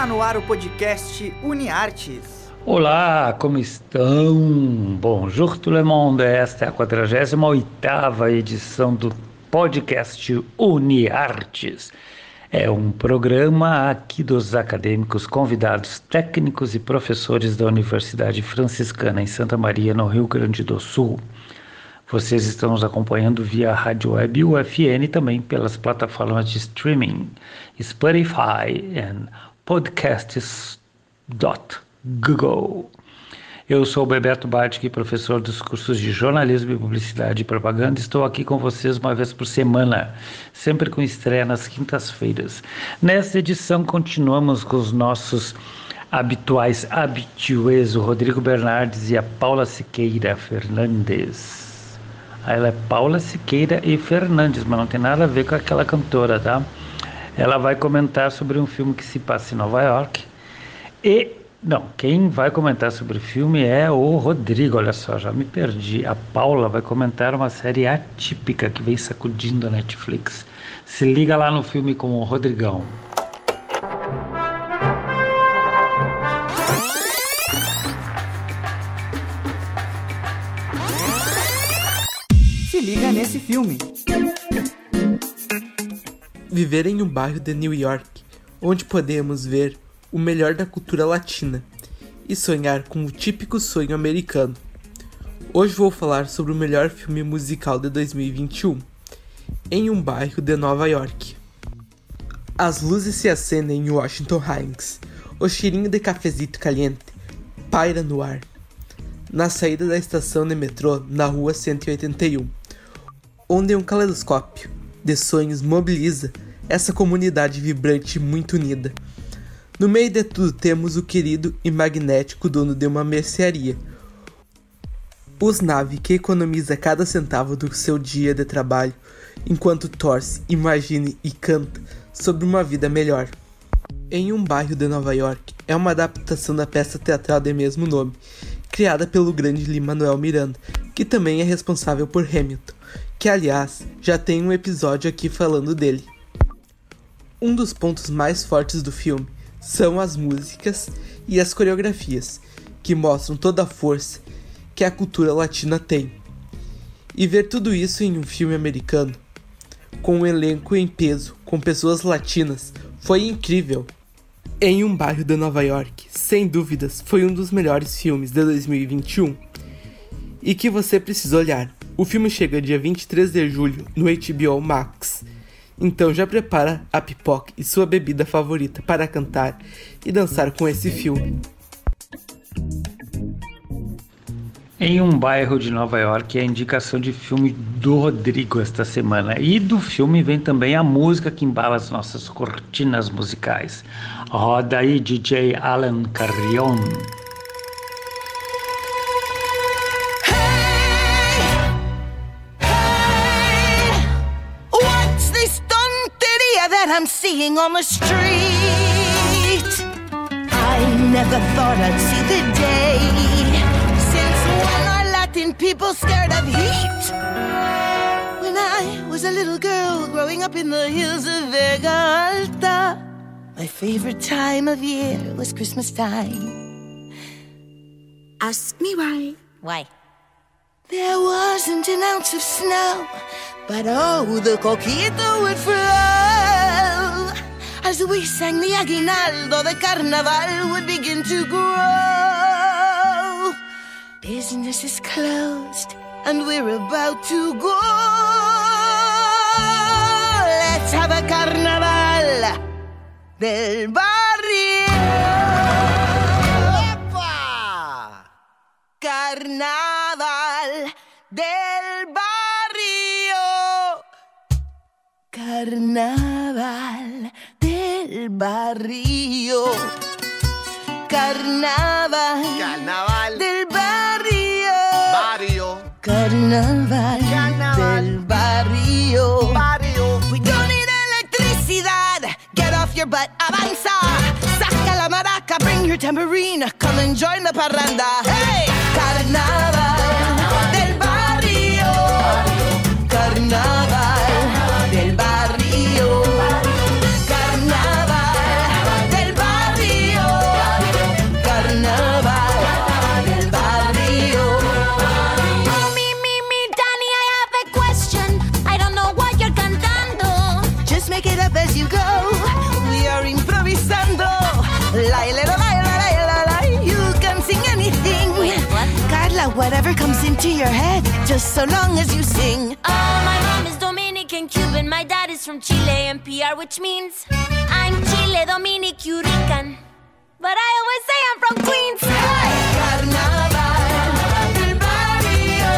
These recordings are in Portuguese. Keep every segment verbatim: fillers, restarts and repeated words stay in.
Está no ar o podcast UniArtes. Olá, como estão? Bonjour tout le monde, esta é a quadragésima oitava edição do podcast UniArtes. É um programa aqui dos acadêmicos, convidados, técnicos e professores da Universidade Franciscana em Santa Maria, no Rio Grande do Sul. Vocês estão nos acompanhando via rádio web U F N e também pelas plataformas de streaming Spotify e podcasts ponto google. Eu sou o Bebeto Bartk, professor dos cursos de Jornalismo e Publicidade e Propaganda. Estou aqui com vocês uma vez por semana, sempre com estreia nas quintas-feiras. Nesta edição continuamos com os nossos habituais habituês, o Rodrigo Bernardes e a Paula Siqueira Fernandes. Ela é Paula Siqueira e Fernandes, mas não tem nada a ver com aquela cantora, tá? Ela vai comentar sobre um filme que se passa em Nova York. E, não, quem vai comentar sobre o filme é o Rodrigo, olha só, já me perdi. A Paula vai comentar uma série atípica que vem sacudindo a Netflix. Se liga lá no filme com o Rodrigão. Se liga nesse filme. Viver em um bairro de New York, onde podemos ver o melhor da cultura latina e sonhar com o típico sonho americano. Hoje vou falar sobre o melhor filme musical de dois mil e vinte e um, Em um Bairro de Nova York. As luzes se acendem em Washington Heights, o cheirinho de cafezito caliente paira no ar. Na saída da estação de metrô, na rua cento e oitenta e um, onde um caleidoscópio de sonhos mobiliza essa comunidade vibrante e muito unida. No meio de tudo temos o querido e magnético dono de uma mercearia, o Snavi, que economiza cada centavo do seu dia de trabalho, enquanto torce, imagina e canta sobre uma vida melhor. Em um Bairro de Nova York é uma adaptação da peça teatral de mesmo nome, criada pelo grande Lin-Manuel Miranda, que também é responsável por Hamilton, que aliás já tem um episódio aqui falando dele. Um dos pontos mais fortes do filme são as músicas e as coreografias, que mostram toda a força que a cultura latina tem. E ver tudo isso em um filme americano, com um elenco em peso, com pessoas latinas, foi incrível. Em um Bairro de Nova York, sem dúvidas, foi um dos melhores filmes de dois mil e vinte e um e que você precisa olhar. O filme chega dia vinte e três de julho no H B O Max. Então já prepara a pipoca e sua bebida favorita para cantar e dançar com esse filme. Em um Bairro de Nova York é a indicação de filme do Rodrigo esta semana. E do filme vem também a música que embala as nossas cortinas musicais. Roda aí, D J Alan Carrion. I'm seeing on the street. I never thought I'd see the day since when are Latin people scared of heat? When I was a little girl growing up in the hills of Vega Alta, my favorite time of year was Christmas time. Ask me why. Why? There wasn't an ounce of snow, but oh, the coquito would flow as we sang the aguinaldo. The carnaval would begin to grow. Business is closed and we're about to go. Let's have a carnaval del barrio. Opa! Carnaval del barrio. Carnaval del barrio. Carnaval. Carnaval del barrio. Barrio. Carnaval, Carnaval del barrio. Barrio. We don't need electricidad. Get off your butt, avanza. Saca la maraca, bring your tambourine. Come and join the parranda. Hey! Carnaval del barrio. Carnaval del barrio. Carnaval del barrio. gets into your head just so long as you sing. Oh, my mom is Dominican, Cuban, my dad is from Chile, N P R, which means I'm Chile, Dominican, Rican. But I always say I'm from Queens. Hey! Carnaval del barrio,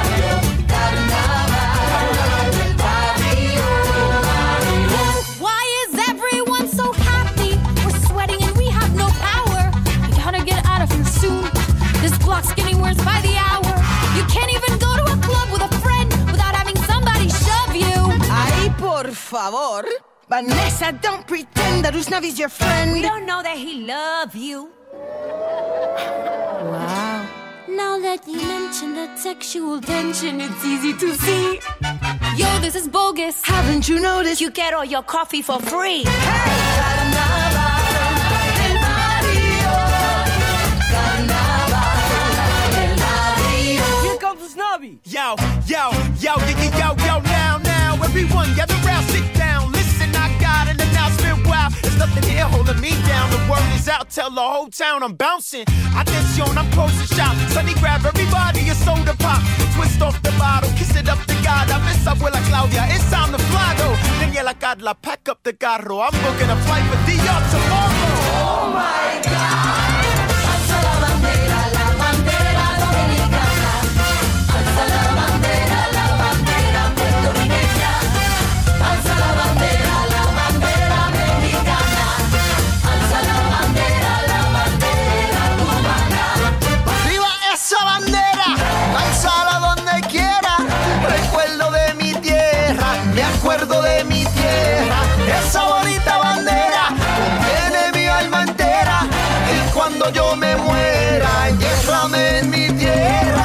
carnaval del barrio. Why is everyone so happy? We're sweating and we have no power. We gotta get out of here soon. This block's getting worse by the hour. You can't even go to a club with a friend without having somebody shove you. Ay, por favor. Vanessa, don't pretend that Usnavi's your friend. We don't know that he loves you. Wow. Now that you mention that sexual tension, it's easy to see. Yo, this is bogus. Haven't you noticed? You get all your coffee for free. Hey! Carnaval del barrio, carnaval del barrio. Here comes Usnavi. Yo, yo, yo, yo, yo, yo, yo, now, now, everyone gather round, sit down, listen, I got an announcement, wow, there's nothing here holding me down, the word is out, tell the whole town I'm bouncing, attention, I'm closing shop, Sonny grab everybody a soda pop, twist off the bottle, kiss it up to God, I miss Abuela Claudia, it's time to fly though, Daniela Carla, pack up the carro, I'm booking a flight for D R tomorrow. Oh my God, alza la bandera, la bandera dominicana, alza la bandera, la bandera puertorriqueña, alza la bandera, la bandera mexicana, alza la bandera, la bandera cubana. ¡Arriba esa bandera! ¡Lánzala donde quiera! Recuerdo de mi tierra, me acuerdo de mi tierra. Esa bonita bandera contiene mi alma entera. Y cuando yo me muera, entiérrame en mi tierra.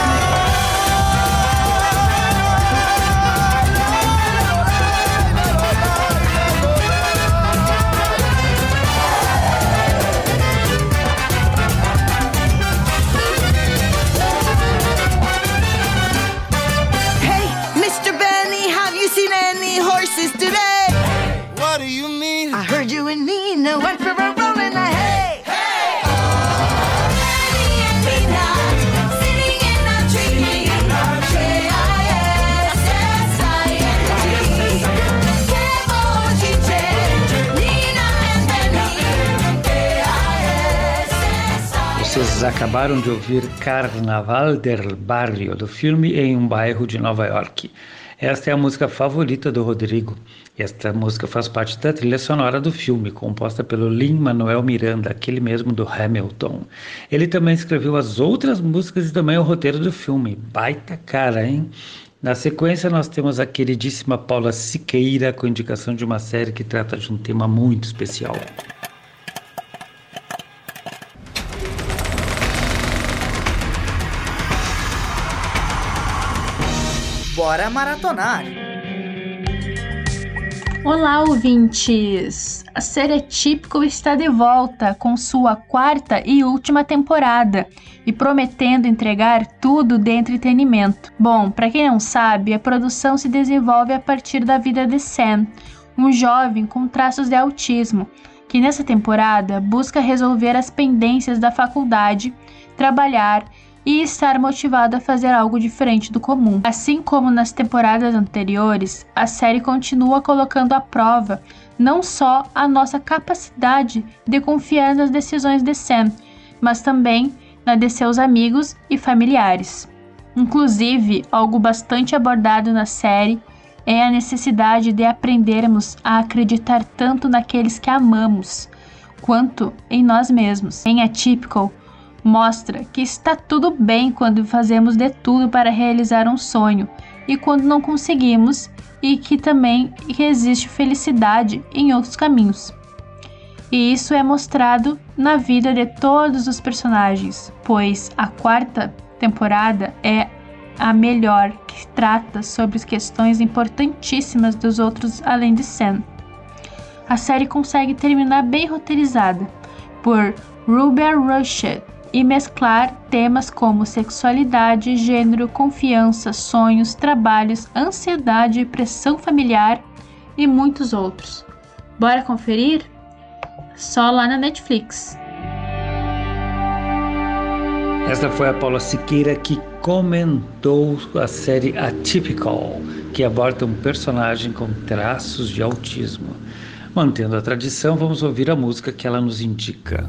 Hey, Mister Benny, have you seen any horses today? What do you mean? I heard you and Nina went for a roll in a hay. Hey! Benny and Nina, sitting in a tree. K I S S I N G. Qué bochinche, Nina and Benny. K I S S I N G. Vocês acabaram de ouvir Carnaval del Barrio, do filme Em um Bairro de Nova York. Esta é a música favorita do Rodrigo. Esta música faz parte da trilha sonora do filme, composta pelo Lin-Manuel Miranda, aquele mesmo do Hamilton. Ele também escreveu as outras músicas e também o roteiro do filme. Baita cara, hein? Na sequência, nós temos a queridíssima Paula Siqueira, com indicação de uma série que trata de um tema muito especial. Bora maratonar! Olá, ouvintes! A série Atypical está de volta com sua quarta e última temporada e prometendo entregar tudo de entretenimento. Bom, para quem não sabe, a produção se desenvolve a partir da vida de Sam, um jovem com traços de autismo, que nessa temporada busca resolver as pendências da faculdade, trabalhar e estar motivado a fazer algo diferente do comum. Assim como nas temporadas anteriores, a série continua colocando à prova não só a nossa capacidade de confiar nas decisões de Sam, mas também na de seus amigos e familiares. Inclusive, algo bastante abordado na série é a necessidade de aprendermos a acreditar tanto naqueles que amamos, quanto em nós mesmos. Em Atypical, mostra que está tudo bem quando fazemos de tudo para realizar um sonho e quando não conseguimos, e que também existe felicidade em outros caminhos. E isso é mostrado na vida de todos os personagens, pois a quarta temporada é a melhor, que trata sobre as questões importantíssimas dos outros além de Sam. A série consegue terminar bem roteirizada por Ruben Rushed e mesclar temas como sexualidade, gênero, confiança, sonhos, trabalhos, ansiedade, pressão familiar e muitos outros. Bora conferir? Só lá na Netflix. Esta foi a Paula Siqueira que comentou a série Atypical, que aborda um personagem com traços de autismo. Mantendo a tradição, vamos ouvir a música que ela nos indica.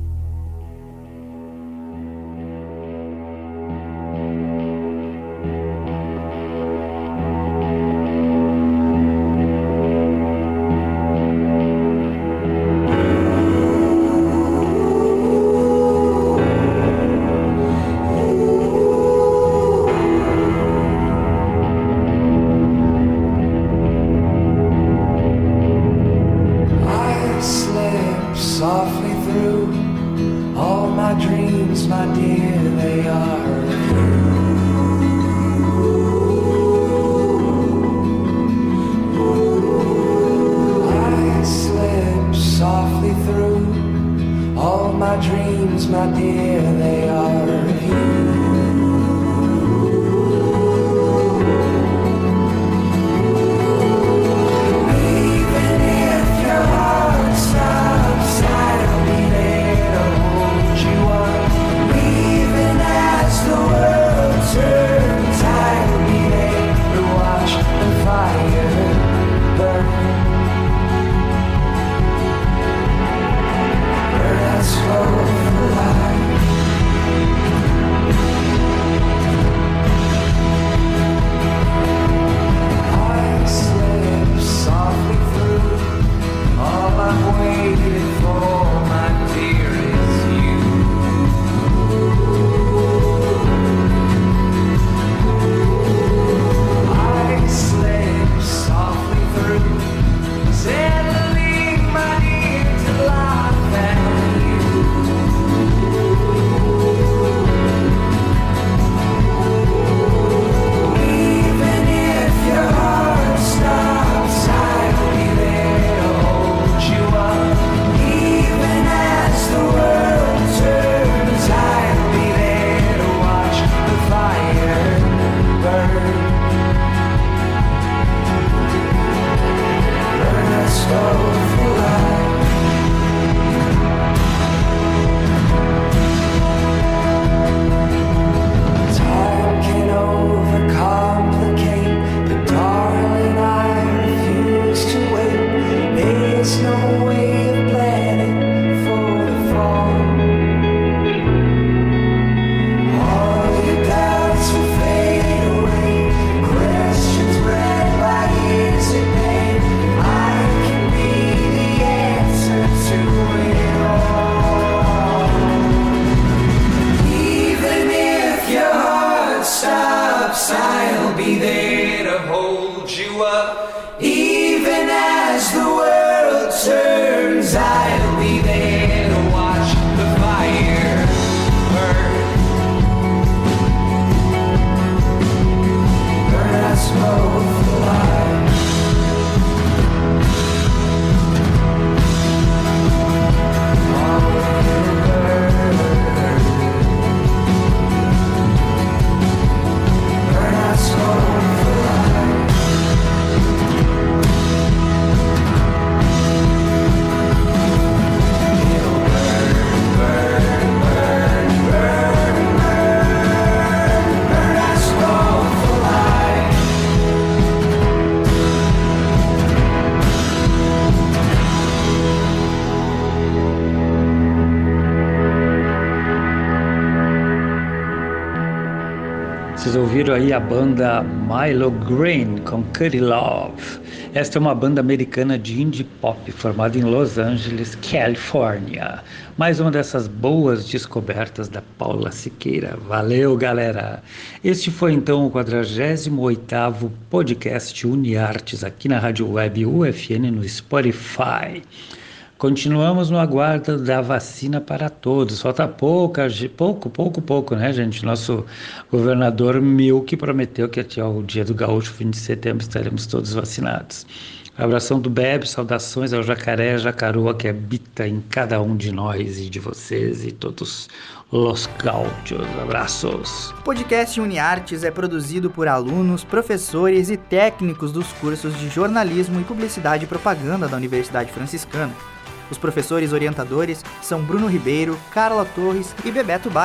Vocês ouviram aí a banda Milo Green com Cuddy Love. Esta é uma banda americana de indie pop formada em Los Angeles, Califórnia. Mais uma dessas boas descobertas da Paula Siqueira. Valeu, galera! Este foi então o quadragésimo oitavo podcast UniArtes aqui na Rádio Web U F N no Spotify. Continuamos no aguardo da vacina para todos. Falta pouca, pouco, pouco, pouco, né, gente? Nosso governador Milk prometeu que até o dia do gaúcho, fim de setembro, estaremos todos vacinados. Abração do Bebe, saudações ao jacaré, jacaroa que habita em cada um de nós e de vocês e todos os gaúchos. Abraços. O podcast UniArtes é produzido por alunos, professores e técnicos dos cursos de jornalismo e publicidade e propaganda da Universidade Franciscana. Os professores orientadores são Bruno Ribeiro, Carla Torres e Bebeto Badic.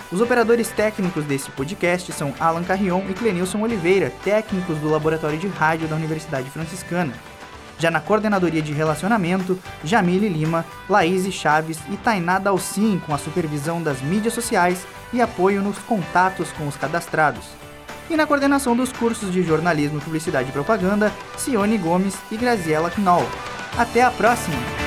Os operadores técnicos desse podcast são Alan Carrion e Clenilson Oliveira, técnicos do Laboratório de Rádio da Universidade Franciscana. Já na coordenadoria de relacionamento, Jamile Lima, Laís Chaves e Tainá Dalcin, com a supervisão das mídias sociais e apoio nos contatos com os cadastrados. E na coordenação dos cursos de jornalismo, publicidade e propaganda, Cione Gomes e Graziela Knoll. Até a próxima!